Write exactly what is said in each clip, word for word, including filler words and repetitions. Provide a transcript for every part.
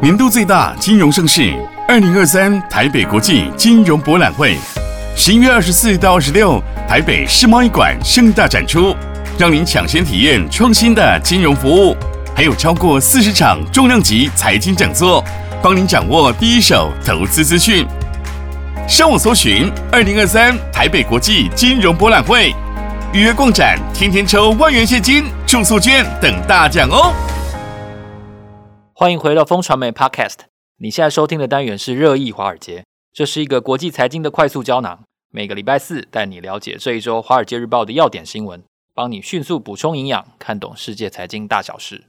年度最大金融盛事二零二三台北国际金融博览会，十一月二十四到二十六，台北世贸一馆盛大展出，让您抢先体验创新的金融服务，还有超过四十场重量级财经讲座，帮您掌握第一手投资资讯。上网搜寻二零二三台北国际金融博览会，预约逛展，天天抽万元现金、住宿券等大奖哦！ 欢迎回到风传媒 Podcast， 你现在收听的单元是热议华尔街，这是一个国际财经的快速胶囊，每个礼拜四带你了解这一周华尔街日报的要点新闻，帮你迅速补充营养，看懂世界财经大小事。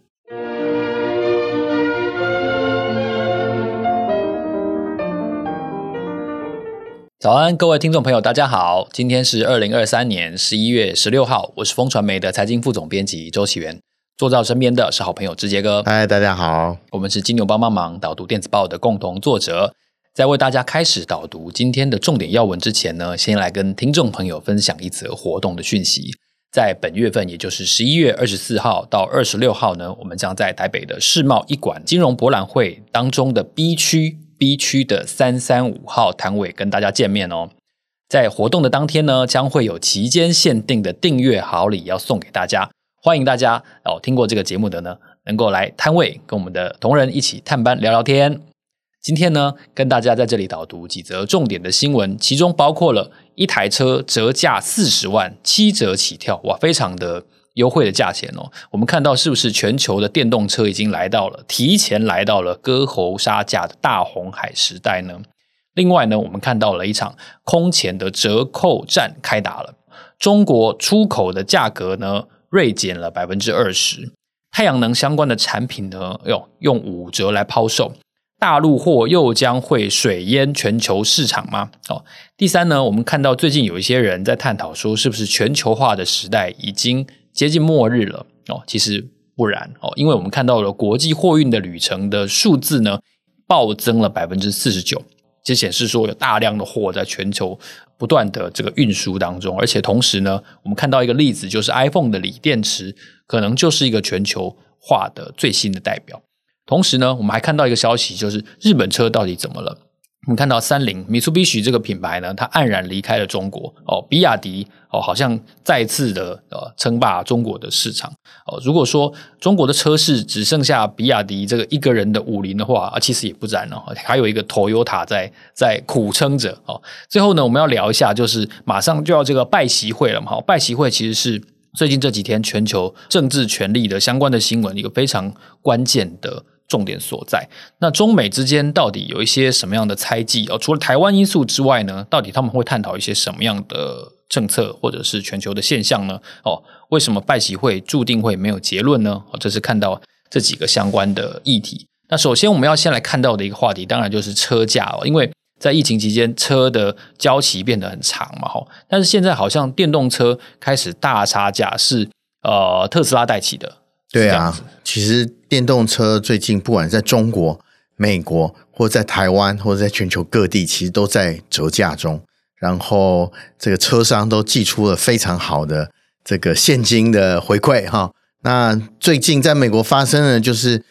早安，各位听众朋友，大家好，今天是二零二三年十一月十六号，我是风传媒的财经副总编辑周启源，坐在我身边的是好朋友志杰哥。 嗨，大家好， 我们是金牛帮帮忙导读电子报的共同作者。在为大家开始导读今天的重点要闻之前呢，先来跟听众朋友分享一则活动的讯息。在本月份，也就是十一月二十四号到二十六号呢，我们将在台北的世贸一馆金融博览会当中的 B 区 B 区的三三五号摊位跟大家见面哦。在活动的当天呢，将会有期间限定的订阅好礼要送给大家，欢迎大家哦，听过这个节目的呢，能够来摊位跟我们的同仁一起探班聊聊天。今天呢，跟大家在这里导读几则重点的新闻，其中包括了一台车折价四十万，七折起跳，哇，非常的优惠的价钱哦。我们看到是不是全球的电动车已经来到了，提前来到了割喉杀价的大红海时代呢？另外呢，我们看到了一场空前的折扣战开打了，中国出口的价格呢锐减了 百分之二十， 太阳能相关的产品呢用五折来抛售，大陆货又将会水淹全球市场吗？哦，第三呢，我们看到最近有一些人在探讨说，是不是全球化的时代已经接近末日了？哦，其实不然哦，因为我们看到了国际货运的旅程的数字呢暴增了 百分之四十九， 这显示说有大量的货在全球不断的这个运输当中，而且同时呢，我们看到一个例子，就是 iPhone 的锂电池可能就是一个全球化的最新的代表。同时呢，我们还看到一个消息，就是日本车到底怎么了？我们看到三菱 Mitsubishi 这个品牌呢，它黯然离开了中国哦，比亚迪哦，好像再次的呃称霸中国的市场哦。如果说中国的车市只剩下比亚迪这个一个人的武林的话啊，其实也不然哦，还有一个 Toyota 在在苦撑着哦。最后呢，我们要聊一下，就是马上就要这个拜习会了嘛，好，拜习会其实是最近这几天全球政治权力的相关的新闻一个非常关键的重点所在。那中美之间到底有一些什么样的猜忌哦？除了台湾因素之外呢，到底他们会探讨一些什么样的政策或者是全球的现象呢？哦，为什么拜习会注定会没有结论呢？哦，这是看到这几个相关的议题。那首先我们要先来看到的一个话题，当然就是车价哦，因为在疫情期间车的交期变得很长嘛，但是现在好像电动车开始大杀价，是呃特斯拉带起的。 对啊，其实电动车最近不管在中国、美国或在台湾或者在全球各地，其实都在折价中，然后这个车商都寄出了非常好的这个现金的回馈哈。那最近在美国发生的就是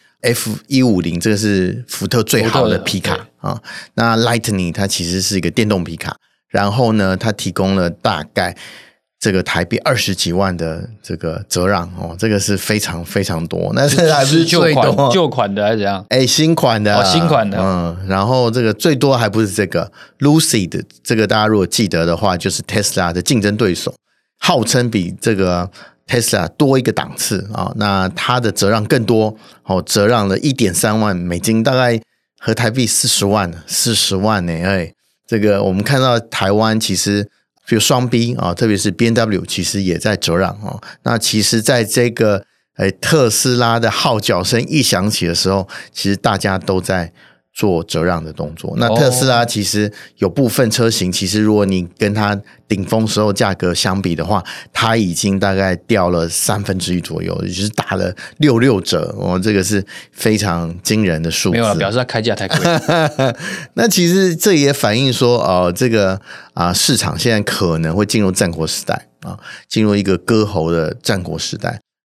F 一五零， 这个是福特最好的皮卡啊。那 Lightning 它其实是一个电动皮卡，然后呢，它提供了大概这个台币二十几万的这个折让哦，这个是非常非常多，那是还不是最多旧款的还是怎样？ 哎，新款的， 哦，新款的， 嗯，然后这个最多还不是这个 Lucid， 这个大家如果记得的话，就是 Tesla 的竞争对手，号称比这个 Tesla 多一个档次啊，那它的折让更多，哦，折让了 一点三万美金，大概合台币四十万，四十万呢，哎，这个我们看到台湾其实。比如双 B 啊，特别是 B M W 其实也在折让啊。那其实在这个诶特斯拉的号角声一响起的时候，其实大家都在做折让的动作。那特斯拉其实有部分车型，其实如果你跟它顶峰时候价格相比的话，它已经大概掉了三分之一左右，也就是打了六六折哦，这个是非常惊人的数字。 没有了，表示它开价太贵。 那其实这也反映说，呃，这个啊、呃、市场现在可能会进入战国时代啊，进入一个割喉的战国时代。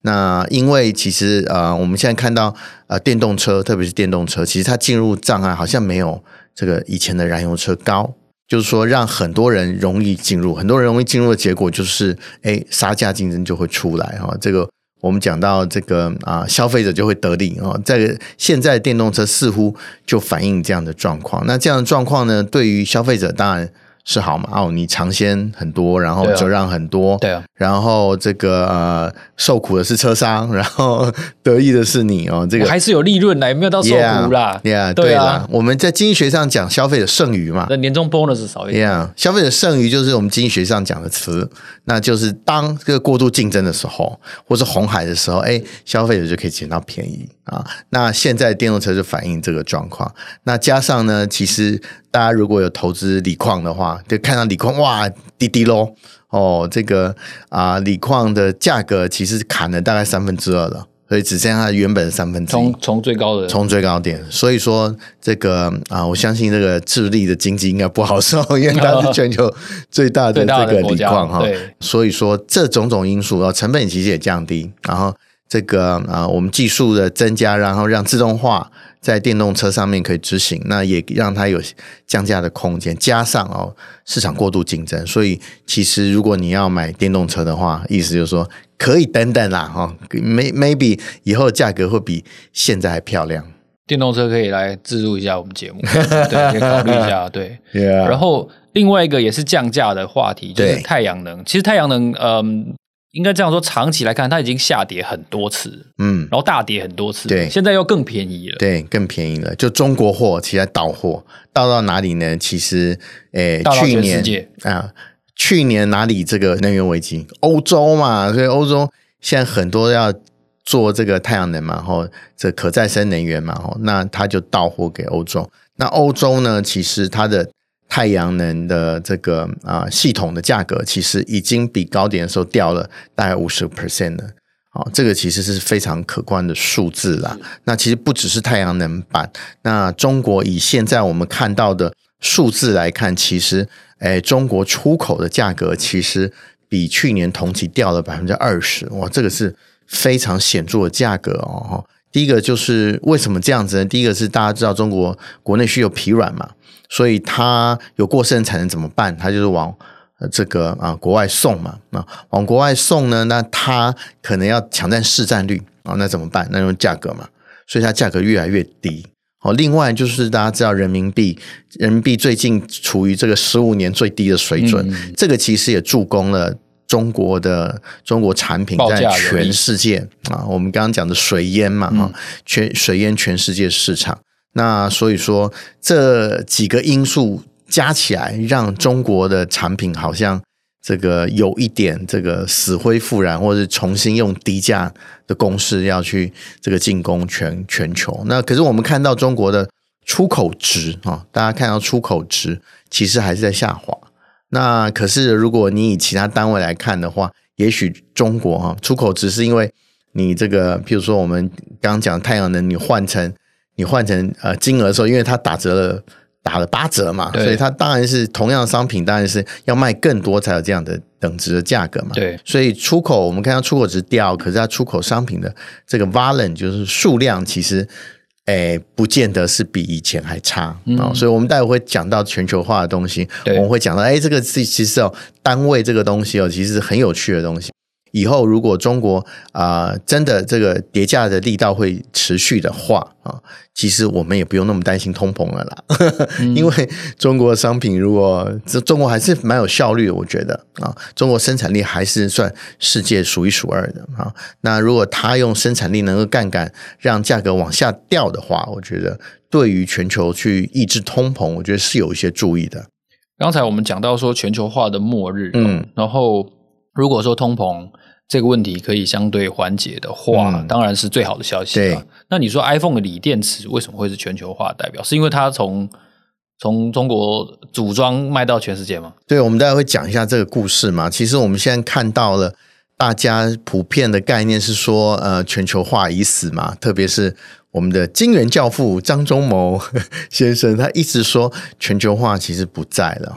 那因为其实呃，我们现在看到呃电动车，特别是电动车，其实它进入障碍好像没有这个以前的燃油车高，就是说让很多人容易进入，很多人容易进入的结果就是，哎，杀价竞争就会出来哈、哦。这个我们讲到这个啊，消费者就会得利哦。在现在电动车似乎就反映这样的状况，那这样的状况呢，对于消费者当然是好嘛，哦，你尝鲜很多，然后折让很多， 对啊， 然后这个呃受苦的是车商，然后得意的是你哦，这个还是有利润啦，也没有到受苦啦 ，yeah, yeah, 对啊， 啦，我们在经济学上讲消费者剩余嘛， 那年终 bonus 少一点 ，yeah, 消费者剩余就是我们经济学上讲的词，那就是当这个过度竞争的时候，或是红海的时候，哎，消费者就可以捡到便宜啊。那现在电动车就反映这个状况，那加上呢，其实大家如果有投资锂矿的话，就看到锂矿哇滴滴咯哦，这个啊锂矿的价格其实砍了大概三分之二了，所以只剩下它原本的三分之一， 从从最高的从最高点，所以说这个啊，我相信这个智利的经济应该不好受，因为它是全球最大的这个锂矿哈，所以说这种种因素啊，成本其实也降低，然后这个啊我们技术的增加，然后让自动化在电动车上面可以执行，那也让它有降价的空间，加上哦市场过度竞争，所以其实如果你要买电动车的话，意思就是说可以等等啦，哦 maybe 以后价格会比现在还漂亮。 电动车可以来置入一下我们节目，对，可以考虑一下，对。 Yeah. 然后另外一个也是降价的话题，就是太阳能。其实太阳能，嗯。应该这样说，长期来看，它已经下跌很多次，嗯，然后大跌很多次， 对， 现在又更便宜了， 对，更便宜了。就中国货，其实倒货倒到哪里呢？其实，诶，去年啊，去年哪里这个能源危机？欧洲嘛，所以欧洲现在很多要做这个太阳能嘛，吼，这可再生能源嘛，吼，那它就倒货给欧洲。那欧洲呢，其实它的太阳能的这个啊、呃、系统的价格其实已经比高点的时候掉了大概 百分之五十 了，哦，这个其实是非常可观的数字啦。那其实不只是太阳能板，那中国以现在我们看到的数字来看，其实诶中国出口的价格其实比去年同期掉了 百分之二十， 哇，这个是非常显著的价格哦。第一个就是为什么这样子呢？第一个是大家知道中国国内需求疲软嘛，所以它有过剩产能怎么办？它就是往呃这个啊国外送嘛，啊往国外送呢，那它可能要抢占市占率啊，那怎么办？那用价格嘛，所以它价格越来越低。好，另外就是大家知道人民币，人民币最近处于这个十五年最低的水准，嗯、这个其实也助攻了中国的中国产品在全世界啊，我们刚刚讲的水淹嘛，嗯、全水淹全世界市场。那所以说这几个因素加起来，让中国的产品好像这个有一点这个死灰复燃，或者重新用低价的公式要去这个进攻全全球。那可是我们看到中国的出口值啊，大家看到出口值其实还是在下滑。那可是如果你以其他单位来看的话，也许中国啊出口值是因为你这个，譬如说我们刚刚讲太阳能，你换成你换成呃金额的时候，因为它打折了，打了八折嘛，所以它当然是同样的商品，当然是要卖更多才有这样的等值的价格嘛。 对， 所以出口我们看到出口值掉，可是它出口商品的这个 volume 就是数量，其实诶不见得是比以前还差、嗯哦、所以我们待会会讲到全球化的东西，我们会讲到诶这个其实哦单位这个东西哦其实是很有趣的东西。以后如果中国啊、呃、真的这个跌价的力道会持续的话啊，其实我们也不用那么担心通膨了啦，嗯、因为中国的商品如果中国还是蛮有效率的，我觉得啊，中国生产力还是算世界数一数二的啊。那如果他用生产力能够杠杆让价格往下掉的话，我觉得对于全球去抑制通膨，我觉得是有一些注意的。 刚才我们讲到说全球化的末日，嗯，然后如果说通膨这个问题可以相对缓解的话、嗯、当然是最好的消息了。那你说 iPhone 的锂电池为什么会是全球化的代表？是因为它从从中国组装卖到全世界吗？ 对，我们大概会讲一下这个故事嘛。其实我们现在看到了大家普遍的概念是说呃，全球化已死嘛，特别是我们的晶圆教父张忠谋先生，他一直说全球化其实不在了哈。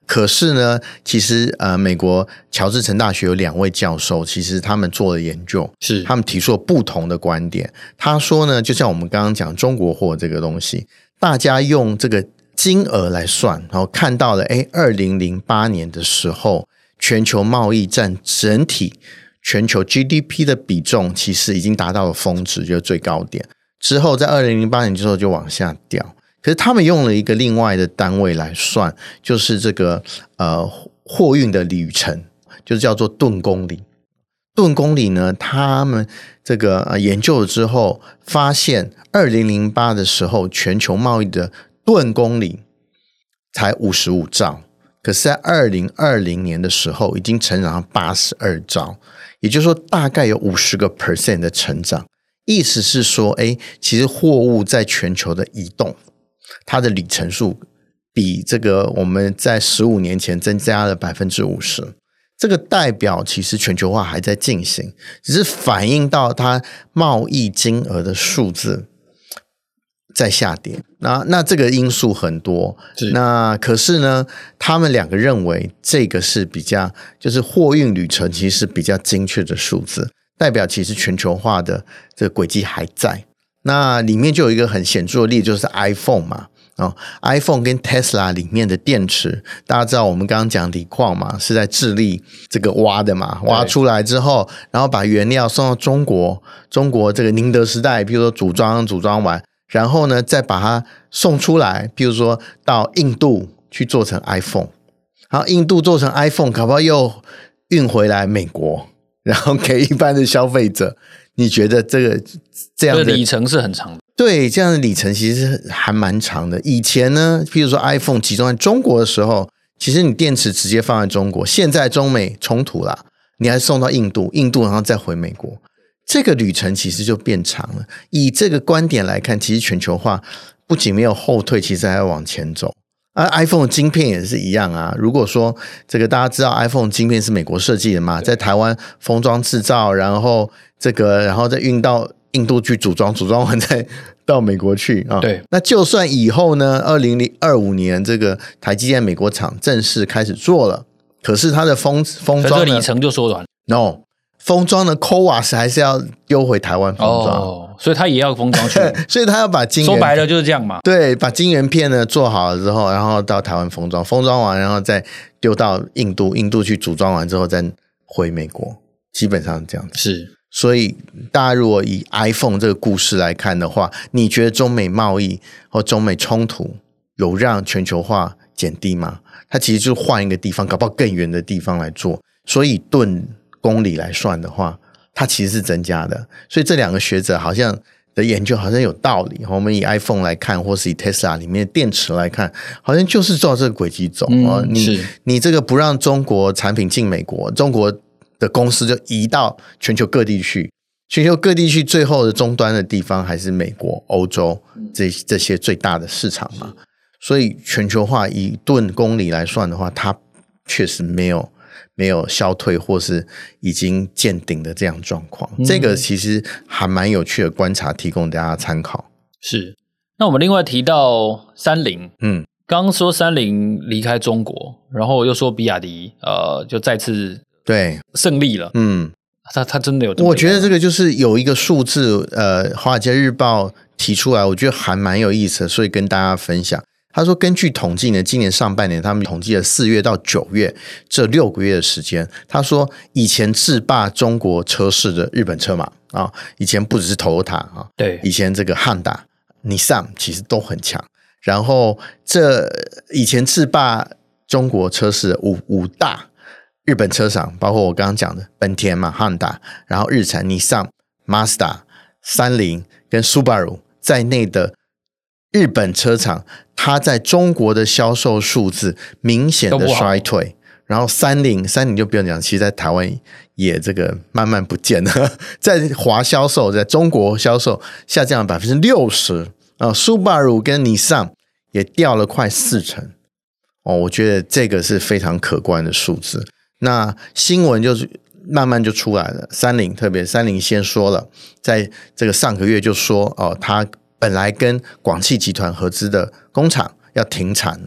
可是呢，其实呃，美国乔治城大学有两位教授，其实他们做了研究， 是他们提出了不同的观点。他说呢，就像我们刚刚讲中国货这个东西，大家用这个金额来算，然后看到了，哎，二零零八年的时候，全球贸易占整体全球 G D P 的比重，其实已经达到了峰值，就是最高点。之后在二零零八年之后就往下掉。可是他们用了一个另外的单位来算，就是这个呃货运的旅程，就是叫做吨公里。吨公里呢，他们这个、呃、研究了之后，发现二零零八的时候，全球贸易的吨公里才五十五兆，可是在二零二零年的时候，已经成长到八十二兆，也就是说大概有 百分之五十 的成长。意思是说，哎，其实货物在全球的移动，它的里程数比这个我们在十五年前增加了 百分之五十， 这个代表其实全球化还在进行，只是反映到它贸易金额的数字在下跌。那那这个因素很多，那可是呢，他们两个认为这个是比较，就是货运旅程其实是比较精确的数字，代表其实全球化的这个轨迹还在。那里面就有一个很显著的例子，就是 iPhone 嘛。哦 iPhone 跟 Tesla 里面的电池，大家知道我们刚刚讲锂矿嘛，是在智利这个挖的嘛，挖出来之后，然后把原料送到中国，中国这个宁德时代，比如说组装组装完，然后呢再把它送出来，比如说到印度去做成 iPhone， 然后印度做成 iPhone， 搞不好又运回来美国，然后给一般的消费者。你觉得这个这样的里程是很长的？ 对，这样的里程其实还蛮长的。以前呢，譬如说 iPhone 集中在中国的时候，其实你电池直接放在中国，现在中美冲突啦，你还送到印度，印度然后再回美国，这个旅程其实就变长了。以这个观点来看，其实全球化不仅没有后退，其实还要往前走。而 iPhone 的晶片也是一样啊。如果说这个大家知道 iPhone 晶片是美国设计的嘛，在台湾封装制造，然后这个然后再运到印度去组装，组装完再到美国去啊。 对， 那就算以后呢，二零二五年这个台积电美国厂正式开始做了，可是它的封封装的里程就缩短。 No， 封装的 C O A S 还是要丢回台湾封装。 哦，所以它也要封装去， 所以它要把晶圆， 说白了就是这样嘛。 对，把晶圆片呢做好了之后，然后到台湾封装，封装完然后再丢到印度，印度去组装完之后再回美国，基本上是这样子。 是。 所以大家如果以 iPhone 这个故事来看的话，你觉得中美贸易或中美冲突有让全球化减低吗？它其实就是换一个地方，搞不好更远的地方来做。所以吨公里来算的话，它其实是增加的。所以这两个学者好像的研究好像有道理。我们以 iPhone 来看，或是以 Tesla 里面的电池来看，好像就是照这个轨迹走。 嗯、 你你这个不让中国产品进美国，中国的公司就移到全球各地去，全球各地去最后的终端的地方还是美国、欧洲这这些最大的市场嘛。所以全球化以吨公里来算的话，它确实没有没有消退或是已经见顶的这样状况。嗯、这个其实还蛮有趣的观察，提供大家参考。 是。那我们另外提到三菱， 嗯， 刚刚说三菱离开中国，然后又说比亚迪呃就再次对胜利了， 嗯， 他他真的有这么？ 我觉得这个就是有一个数字，呃，《华尔街日报》提出来，我觉得还蛮有意思的，所以跟大家分享。他说，根据统计呢，今年上半年他们统计了四月到九月这六个月的时间。他说，以前制霸中国车市的日本车嘛，啊，以前不只是 Toyota 啊， 对， 以前这个 Honda、Nissan 其实都很强。然后这以前制霸中国车市的五五大日本车厂，包括我刚刚讲的本田嘛 Honda， 然后日产 Nissan、Mazda、三菱跟 Subaru 在内的日本车厂，它在中国的销售数字明显的衰退。然后三菱三菱就不用讲，其实在台湾也这个慢慢不见了，在华销售在中国销售下降了 百分之六十， 啊 Subaru 跟 Nissan 也掉了快四成。哦，我觉得这个是非常可观的数字。那新闻就是慢慢就出来了，三菱特别三菱先说了，在这个上个月就说哦，他本来跟广汽集团合资的工厂要停产了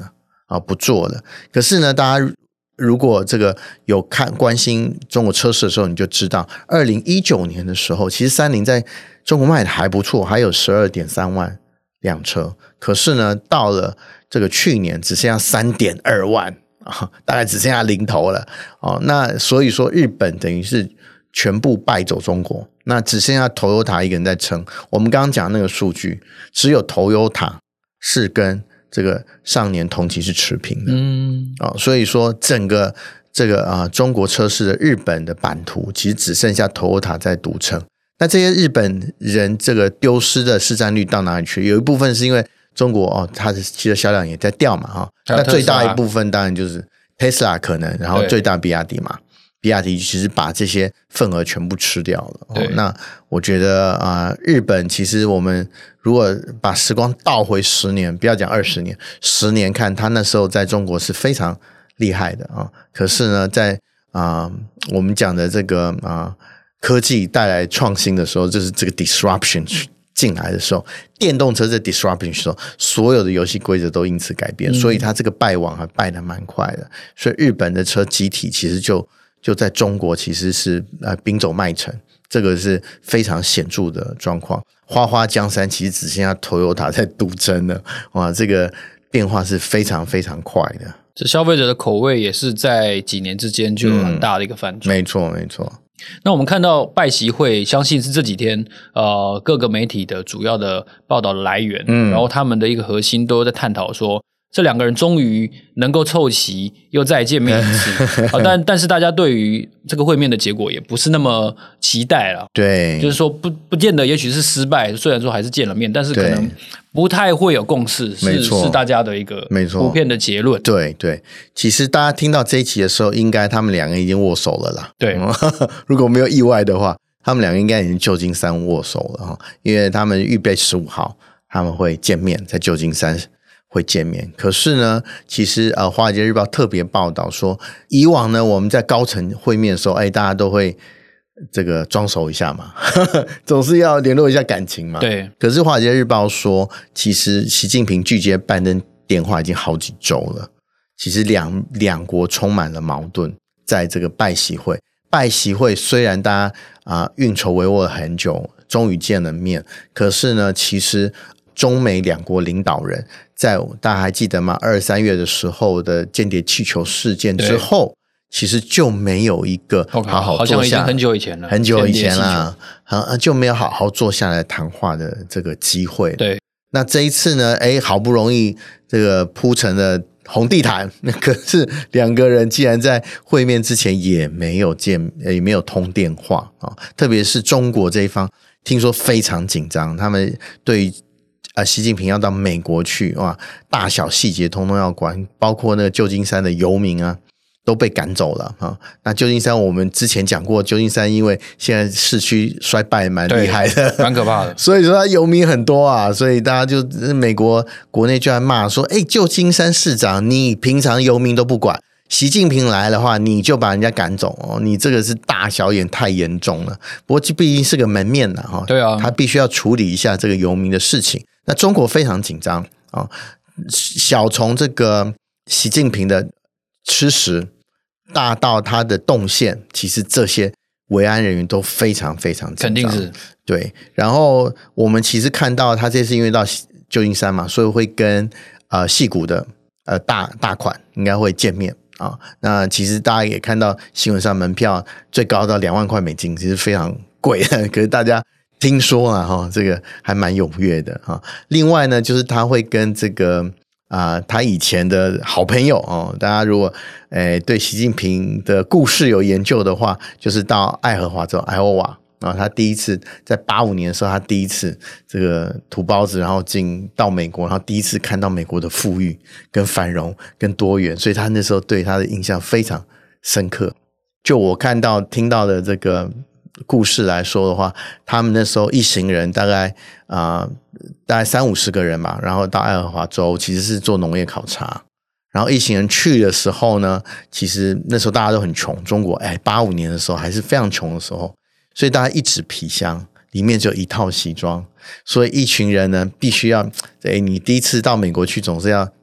啊不做了。可是呢，大家如果这个有看关心中国车市的时候，你就知道二零一九年的时候，其实三菱在中国卖的还不错，还有 十二点三万辆车。可是呢，到了这个去年只剩下 三点二万啊，大概只剩下零头了哦。那所以说日本等于是全部败走中国，那只剩下 Toyota 一个人在撑。我们刚刚讲那个数据，只有 Toyota 是跟这个上年同期是持平的，嗯，哦，所以说整个这个啊、呃、中国车市的日本的版图，其实只剩下 Toyota 在独撑。那这些日本人这个丢失的市占率到哪里去？有一部分是因为中国哦，它的汽车销量也在掉嘛，哈、哦，那最大一部分当然就是 Tesla 可能，然后最大比亚迪嘛。比亚迪其实把这些份额全部吃掉了。哦、那我觉得啊、呃，日本其实我们如果把时光倒回十年，不要讲二十年，十年看，他那时候在中国是非常厉害的啊。可是呢，在啊、呃、我们讲的这个啊、呃、科技带来创新的时候，就是这个 disruption 进来的时候，电动车在 disruption 的时候，所有的游戏规则都因此改变，嗯、所以它这个败亡还败得蛮快的。所以日本的车集体其实就。就在中国其实是呃兵走麦城，这个是非常显著的状况。花花江山其实只剩下 Toyota 在独撑了，哇，这个变化是非常非常快的。 这消费者的口味也是在几年之间就有很大的一个反转。 嗯、没错没错。 那我们看到拜习会，相信是这几天呃各个媒体的主要的报道的来源，嗯，然后他们的一个核心都在探讨说。这两个人终于能够凑齐，又再见面一次、啊、但但是大家对于这个会面的结果也不是那么期待了。 对， 就是说不不见得，也许是失败。虽然说还是见了面，但是可能不太会有共识，是是大家的一个普遍的结论。 对对，其实大家听到这一集的时候，应该他们两个已经握手了啦。 对， 如果没有意外的话，他们两个应该已经旧金山握手了，因为他们预备十五号他们会见面，在旧金山。会见面，可是呢，其实呃，《华尔街日报》特别报道说，以往呢，我们在高层会面的时候，哎，大家都会这个装熟一下嘛，呵呵总是要联络一下感情嘛。 对。 可是《华尔街日报》说，其实习近平拒接拜登电话已经好几周了。其实两两国充满了矛盾，在这个拜习会，拜习会虽然大家啊、呃、运筹帷幄了很久，终于见了面，可是呢，其实中美两国领导人。在大家还记得吗？二三月的时候的间谍气球事件之后，其实就没有一个好好坐下，好像已经很久以前了， 很久以前了，就没有好好坐下来谈话的这个机会。 对， 那这一次呢？哎，好不容易这个铺成了红地毯，可是两个人既然在会面之前也没有见，也没有通电话啊。特别是中国这一方，听说非常紧张，他们对于。啊，习近平要到美国去，哇，大小细节通通要管，包括那个旧金山的游民啊，都被赶走了啊。那旧金山我们之前讲过，旧金山因为现在市区衰败蛮厉害的， 蛮可怕的， 所以说他游民很多啊，所以大家就美国国内就在骂说，哎，旧金山市长，你平常游民都不管。习近平来的话，你就把人家赶走哦！你这个是大小眼太严重了。不过这毕竟是个门面呐，哈， 对啊， 他必须要处理一下这个游民的事情。那中国非常紧张啊，小从这个习近平的吃食，大到他的动线，其实这些维安人员都非常非常紧张， 肯定是对。然后我们其实看到他这次因为到旧金山嘛，所以会跟呃矽谷的呃大大款应该会见面。啊、哦，那其实大家也看到新闻上门票最高到两万块美金，其实非常贵的。可是大家听说啊，哈、哦，这个还蛮踊跃的哈、哦。另外呢，就是他会跟这个啊、呃，他以前的好朋友哦，大家如果诶对习近平的故事有研究的话，就是到爱荷华州 Iowa。然后他第一次在八五年的时候，他第一次这个土包子，然后进到美国，然后第一次看到美国的富裕、跟繁荣、跟多元，所以他那时候对他的印象非常深刻。就我看到、听到的这个故事来说的话，他们那时候一行人大概啊、呃，大概三五十个人吧，然后到爱荷华州其实是做农业考察。然后一行人去的时候呢，其实那时候大家都很穷，中国哎，八五年的时候还是非常穷的时候。所以大家一纸皮箱里面只有一套西装，所以一群人呢必须要，哎，你第一次到美国去总是要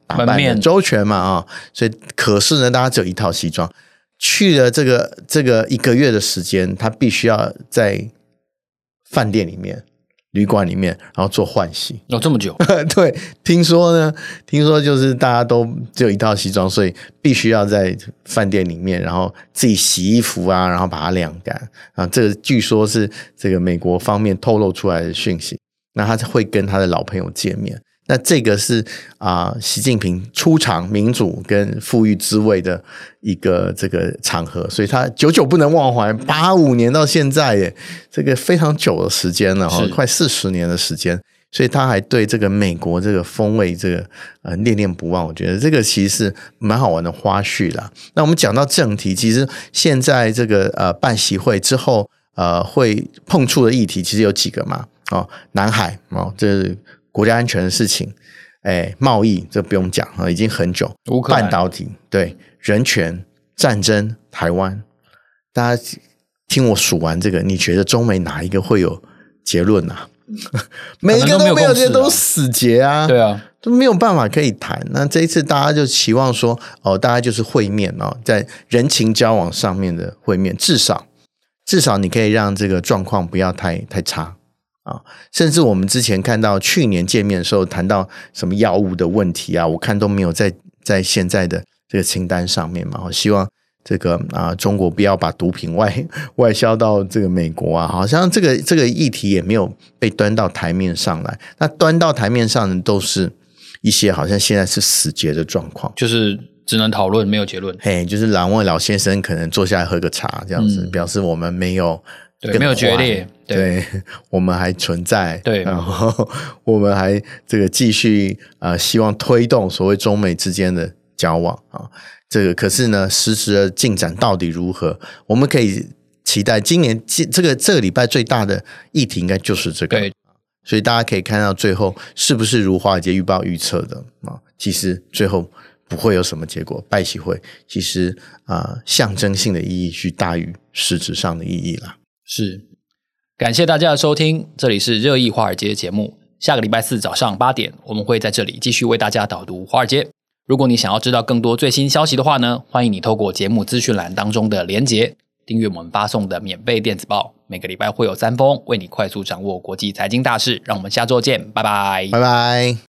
打扮的周全嘛啊、哦，所以可是呢，大家只有一套西装。去了这个这个一个月的时间，他必须要在饭店里面、旅馆里面，然后做换洗。 有、哦、这么久？ 对，听说呢，听说就是大家都只有一套西装，所以必须要在饭店里面，然后自己洗衣服啊，然后把它晾干啊。这个据说是这个美国方面透露出来的讯息。那他会跟他的老朋友见面。那这个是啊、呃，习近平出场民主跟富裕滋味的一个这个场合，所以他久久不能忘怀。八五年到现在耶，这个非常久的时间了哈，快四十年的时间，所以他还对这个美国这个风味这个呃念念不忘。我觉得这个其实是蛮好玩的花絮啦。那我们讲到正题，其实现在这个呃办习会之后呃会碰触的议题其实有几个嘛，哦，南海哦，这是国家安全的事情，哎，贸易这不用讲啊，已经很久。半导体，对，人权、战争、台湾，大家听我数完这个，你觉得中美哪一个会有结论啊？每一个都没有，这都死结啊！ 对啊， 都没有办法可以谈。那这一次大家就期望说，哦，大家就是会面哦，在人情交往上面的会面，至少至少你可以让这个状况不要太太差。啊，甚至我们之前看到去年见面的时候谈到什么药物的问题啊，我看都没有在在现在的这个清单上面嘛。希望这个啊中国不要把毒品外外销到这个美国啊，好像这个这个议题也没有被端到台面上来。那端到台面上的都是一些好像现在是死结的状况， 就是只能讨论没有结论。 嘿，就是两位老先生可能坐下来喝个茶这样子，嗯、表示我们没有。 对，没有决裂，对， 对，我们还存在， 对， 然后我们还这个继续呃，希望推动所谓中美之间的交往啊。这个可是呢，实质的进展到底如何？我们可以期待今年这个这个礼拜最大的议题应该就是这个， 对， 所以大家可以看到最后是不是如华尔街预报预测的啊？其实最后不会有什么结果，拜习会其实啊、呃，象征性的意义是大于实质上的意义啦。 是，感谢大家的收听，这里是热议华尔街节目。下个礼拜四早上八点，我们会在这里继续为大家导读华尔街。如果你想要知道更多最新消息的话呢，欢迎你透过节目资讯栏当中的连结，订阅我们发送的免费电子报。每个礼拜会有三封，为你快速掌握国际财经大事。让我们下周见，拜拜， 拜拜。